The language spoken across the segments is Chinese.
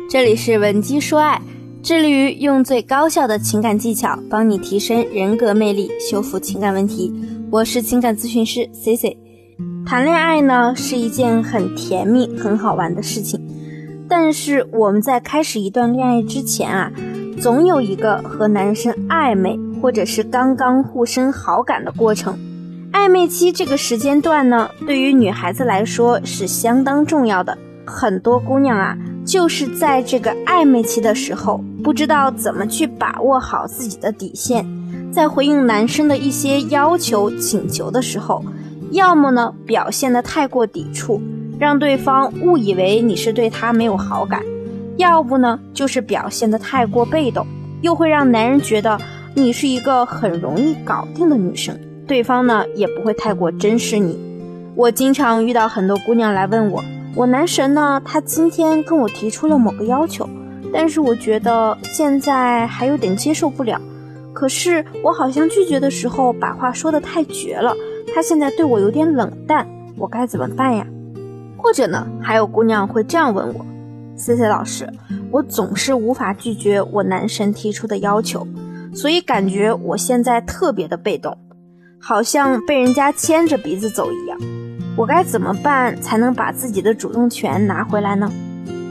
这里是文姬说爱，致力于用最高效的情感技巧帮你提升人格魅力，修复情感问题。我是情感咨询师 CC。 谈恋爱呢是一件很甜蜜很好玩的事情，但是我们在开始一段恋爱之前总有一个和男生暧昧或者是刚刚互生好感的过程。暧昧期这个时间段呢，对于女孩子来说是相当重要的。很多姑娘就是在这个暧昧期的时候，不知道怎么去把握好自己的底线，在回应男生的一些要求请求的时候，要么呢表现得太过抵触，让对方误以为你是对他没有好感，要不呢就是表现得太过被动，又会让男人觉得你是一个很容易搞定的女生，对方呢也不会太过珍视你。我经常遇到很多姑娘来问我男神呢，他今天跟我提出了某个要求，但是我觉得现在还有点接受不了，可是我好像拒绝的时候把话说得太绝了，他现在对我有点冷淡，我该怎么办呀？或者呢，还有姑娘会这样问我，CC 老师，我总是无法拒绝我男神提出的要求，所以感觉我现在特别的被动，好像被人家牵着鼻子走一样，我该怎么办才能把自己的主动权拿回来呢？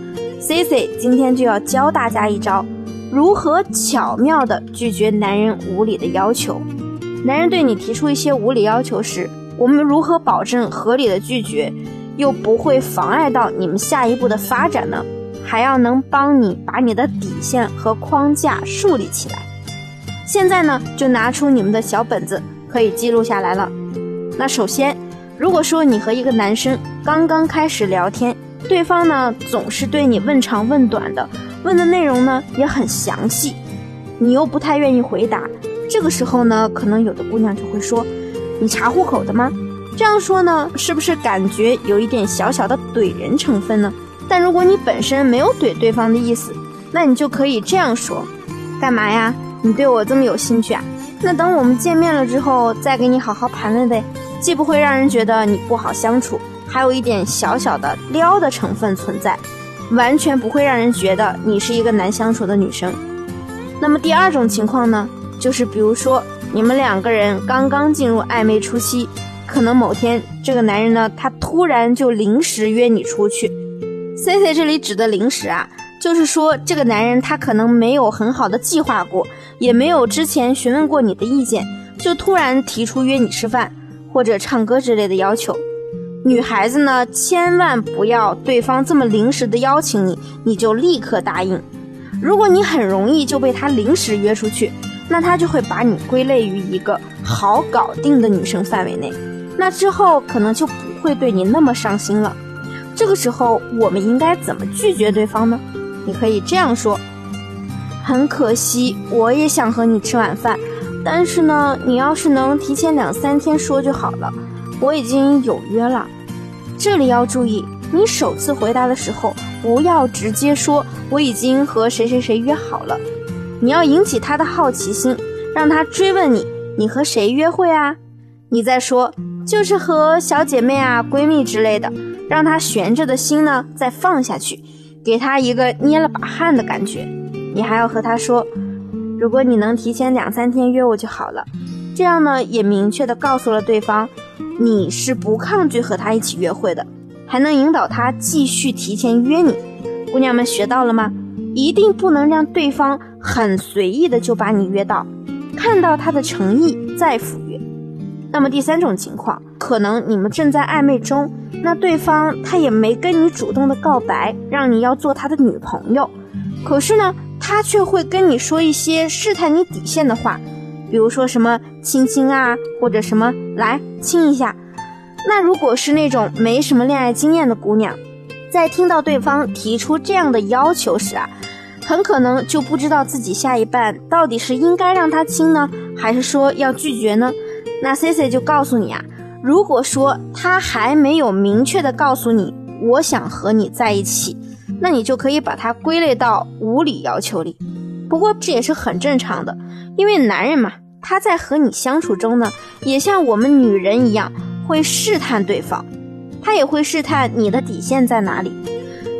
CC 今天就要教大家一招，如何巧妙地拒绝男人无理的要求。男人对你提出一些无理要求时，我们如何保证合理的拒绝，又不会妨碍到你们下一步的发展呢？还要能帮你把你的底线和框架树立起来。现在呢，就拿出你们的小本子，可以记录下来了。那首先，如果说你和一个男生刚刚开始聊天，对方呢总是对你问长问短的，问的内容呢也很详细，你又不太愿意回答，这个时候呢，可能有的姑娘就会说，你查户口的吗？这样说呢，是不是感觉有一点小小的怼人成分呢？但如果你本身没有怼对方的意思，那你就可以这样说，干嘛呀？你对我这么有兴趣啊？那等我们见面了之后再给你好好盘问呗，既不会让人觉得你不好相处，还有一点小小的撩的成分存在，完全不会让人觉得你是一个难相处的女生。那么第二种情况呢，就是比如说你们两个人刚刚进入暧昧初期，可能某天这个男人呢，他突然就临时约你出去。 CC 这里指的临时就是说这个男人他可能没有很好的计划过，也没有之前询问过你的意见，就突然提出约你吃饭或者唱歌之类的要求。女孩子呢，千万不要对方这么临时的邀请你，你就立刻答应。如果你很容易就被他临时约出去，那他就会把你归类于一个好搞定的女生范围内，那之后可能就不会对你那么上心了。这个时候我们应该怎么拒绝对方呢？你可以这样说，很可惜我也想和你吃晚饭，但是呢，你要是能提前2-3天说就好了，我已经有约了。这里要注意，你首次回答的时候不要直接说我已经和谁谁谁约好了，你要引起他的好奇心，让他追问你和谁约会啊？你再说就是和小姐妹闺蜜之类的，让他悬着的心呢再放下去，给他一个捏了把汗的感觉。你还要和他说，如果你能提前2-3天约我就好了，这样呢也明确地告诉了对方你是不抗拒和他一起约会的，还能引导他继续提前约你。姑娘们学到了吗？一定不能让对方很随意的就把你约到，看到他的诚意再赴约。那么第三种情况，可能你们正在暧昧中，那对方他也没跟你主动的告白，让你要做他的女朋友，可是呢，他却会跟你说一些试探你底线的话，比如说什么亲亲或者什么来亲一下。那如果是那种没什么恋爱经验的姑娘，在听到对方提出这样的要求时很可能就不知道自己下一半到底是应该让他亲呢，还是说要拒绝呢？那 CC 就告诉你如果说他还没有明确的告诉你我想和你在一起，那你就可以把它归类到无理要求里。不过这也是很正常的，因为男人嘛，他在和你相处中呢，也像我们女人一样会试探对方，他也会试探你的底线在哪里。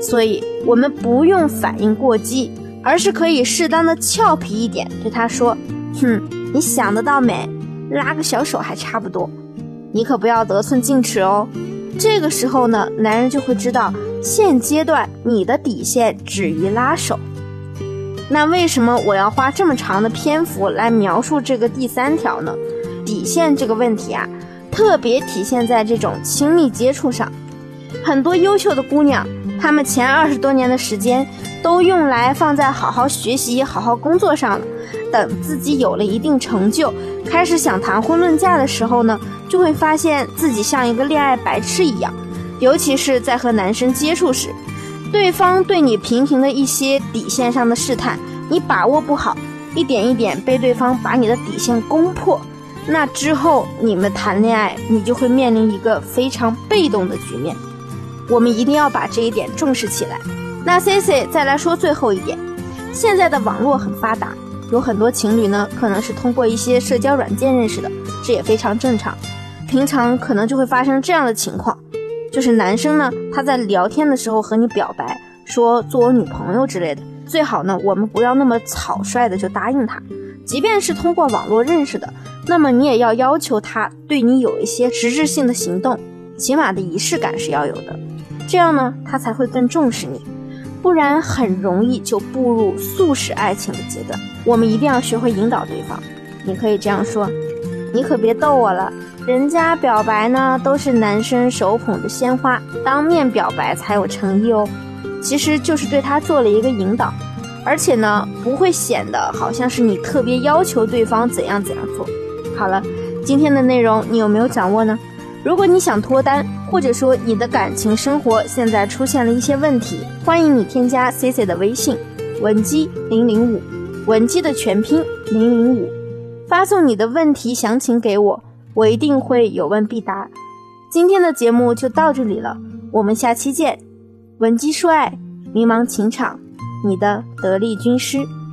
所以我们不用反应过激，而是可以适当的俏皮一点，对他说，你想得到没？拉个小手还差不多，你可不要得寸进尺哦。这个时候呢，男人就会知道现阶段你的底线止于拉手。那为什么我要花这么长的篇幅来描述这个第3条呢？底线这个问题啊，特别体现在这种亲密接触上。很多优秀的姑娘，她们前20多年的时间都用来放在好好学习、好好工作上了。等自己有了一定成就，开始想谈婚论嫁的时候呢，就会发现自己像一个恋爱白痴一样。尤其是在和男生接触时，对方对你频频的一些底线上的试探，你把握不好，一点一点被对方把你的底线攻破，那之后你们谈恋爱，你就会面临一个非常被动的局面。我们一定要把这一点重视起来。那 Cici 再来说最后一点，现在的网络很发达，有很多情侣呢可能是通过一些社交软件认识的，这也非常正常。平常可能就会发生这样的情况，就是男生呢他在聊天的时候和你表白，说做我女朋友之类的，最好呢我们不要那么草率的就答应他。即便是通过网络认识的，那么你也要要求他对你有一些实质性的行动，起码的仪式感是要有的，这样呢他才会更重视你，不然很容易就步入速食爱情的阶段。我们一定要学会引导对方。你可以这样说，你可别逗我了，人家表白呢都是男生手捧着鲜花，当面表白才有诚意哦。其实就是对他做了一个引导，而且呢不会显得好像是你特别要求对方怎样怎样做。好了，今天的内容你有没有掌握呢？如果你想脱单，或者说你的感情生活现在出现了一些问题，欢迎你添加 Cici 的微信文姬005，文姬的全拼005，发送你的问题详情给我，我一定会有问必答。今天的节目就到这里了，我们下期见。文姬说爱，迷茫情场，你的得力军师。